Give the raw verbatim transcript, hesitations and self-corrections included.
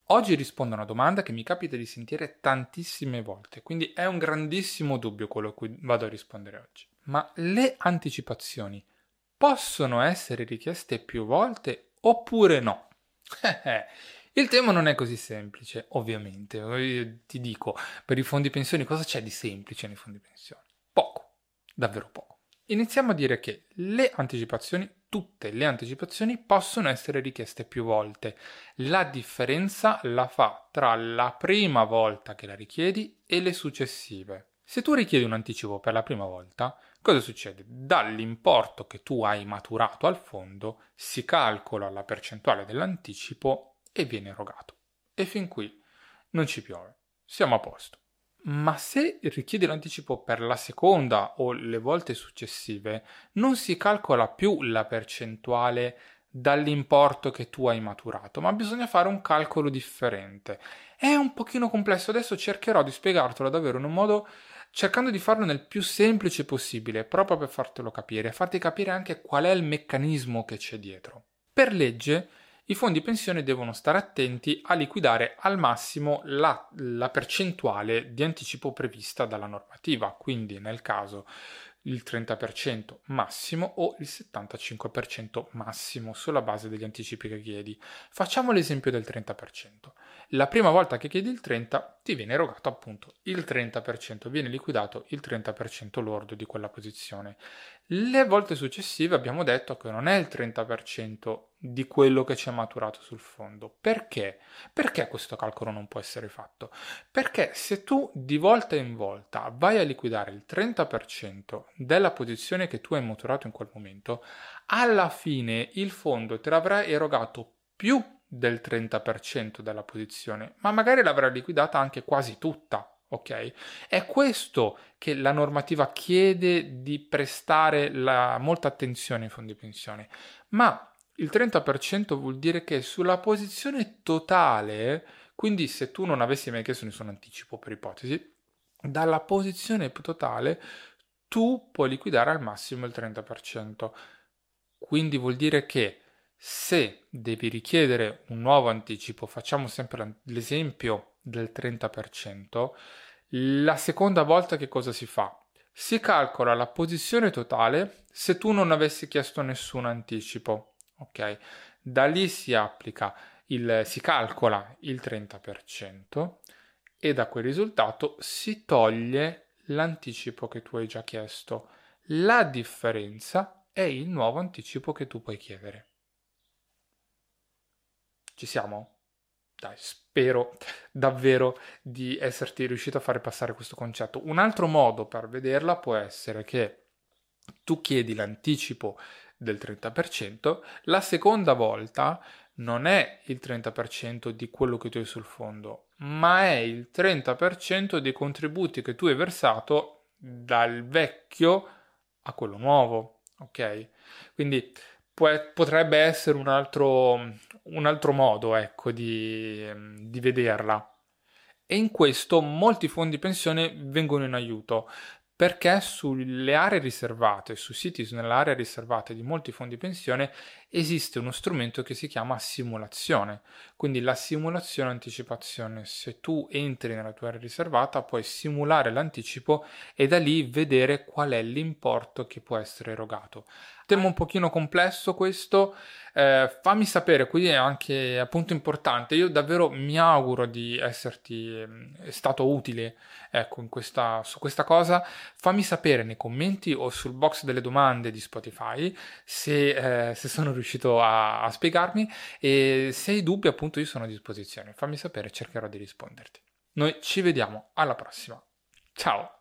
Oggi rispondo a una domanda che mi capita di sentire tantissime volte, quindi è un grandissimo dubbio quello a cui vado a rispondere oggi. Ma le anticipazioni possono essere richieste più volte oppure no? Il tema non è così semplice, ovviamente. Io ti dico, per i fondi pensioni cosa c'è di semplice nei fondi pensioni? Poco, davvero poco. Iniziamo a dire che le anticipazioni, tutte le anticipazioni, possono essere richieste più volte. La differenza la fa tra la prima volta che la richiedi e le successive. Se tu richiedi un anticipo per la prima volta, cosa succede? Dall'importo che tu hai maturato al fondo si calcola la percentuale dell'anticipo e viene erogato. E fin qui non ci piove. Siamo a posto. Ma se richiedi l'anticipo per la seconda o le volte successive, non si calcola più la percentuale dall'importo che tu hai maturato, ma bisogna fare un calcolo differente. È un pochino complesso, adesso cercherò di spiegartelo davvero in un modo cercando di farlo nel più semplice possibile, proprio per fartelo capire e farti capire anche qual è il meccanismo che c'è dietro. Per legge, i fondi pensione devono stare attenti a liquidare al massimo la, la percentuale di anticipo prevista dalla normativa, quindi nel caso il trenta per cento massimo o il settantacinque per cento massimo sulla base degli anticipi che chiedi. Facciamo l'esempio del trenta per cento. La prima volta che chiedi il trenta per cento ti viene erogato appunto il trenta per cento, viene liquidato il trenta per cento lordo di quella posizione. Le volte successive abbiamo detto che non è il trenta per cento di quello che c'è maturato sul fondo. Perché? Perché questo calcolo non può essere fatto? Perché se tu di volta in volta vai a liquidare il trenta per cento della posizione che tu hai maturato in quel momento, alla fine il fondo te l'avrà erogato più del trenta per cento della posizione, ma magari l'avrà liquidata anche quasi tutta. Ok? È questo che la normativa chiede di prestare la, molta attenzione ai fondi pensione, ma il trenta per cento vuol dire che sulla posizione totale, quindi se tu non avessi mai chiesto nessun anticipo per ipotesi, dalla posizione totale tu puoi liquidare al massimo il trenta per cento. Quindi vuol dire che se devi richiedere un nuovo anticipo, facciamo sempre l'esempio del trenta per cento, la seconda volta che cosa si fa? Si calcola la posizione totale se tu non avessi chiesto nessun anticipo, ok? Da lì si applica il, si calcola il trenta per cento e da quel risultato si toglie l'anticipo che tu hai già chiesto. La differenza è il nuovo anticipo che tu puoi chiedere. Ci siamo? Dai, spero davvero di esserti riuscito a fare passare questo concetto. Un altro modo per vederla può essere che tu chiedi l'anticipo del trenta per cento, la seconda volta non è il trenta per cento di quello che tu hai sul fondo, ma è il trenta per cento dei contributi che tu hai versato dal vecchio a quello nuovo, ok? Quindi potrebbe essere un altro, un altro modo, ecco, di, di vederla. E in questo molti fondi pensione vengono in aiuto, perché sulle aree riservate, su siti nell'area riservata di molti fondi pensione, esiste uno strumento che si chiama simulazione. Quindi la simulazione anticipazione. Se tu entri nella tua area riservata, puoi simulare l'anticipo e da lì vedere qual è l'importo che può essere erogato. Tema un pochino complesso questo, eh, fammi sapere, qui è anche appunto importante, io davvero mi auguro di esserti eh, stato utile, ecco, in questa, su questa cosa. Fammi sapere nei commenti o sul box delle domande di Spotify se, eh, se sono riuscito a, a spiegarmi, e se hai dubbi appunto io sono a disposizione, fammi sapere, cercherò di risponderti. Noi ci vediamo alla prossima, ciao!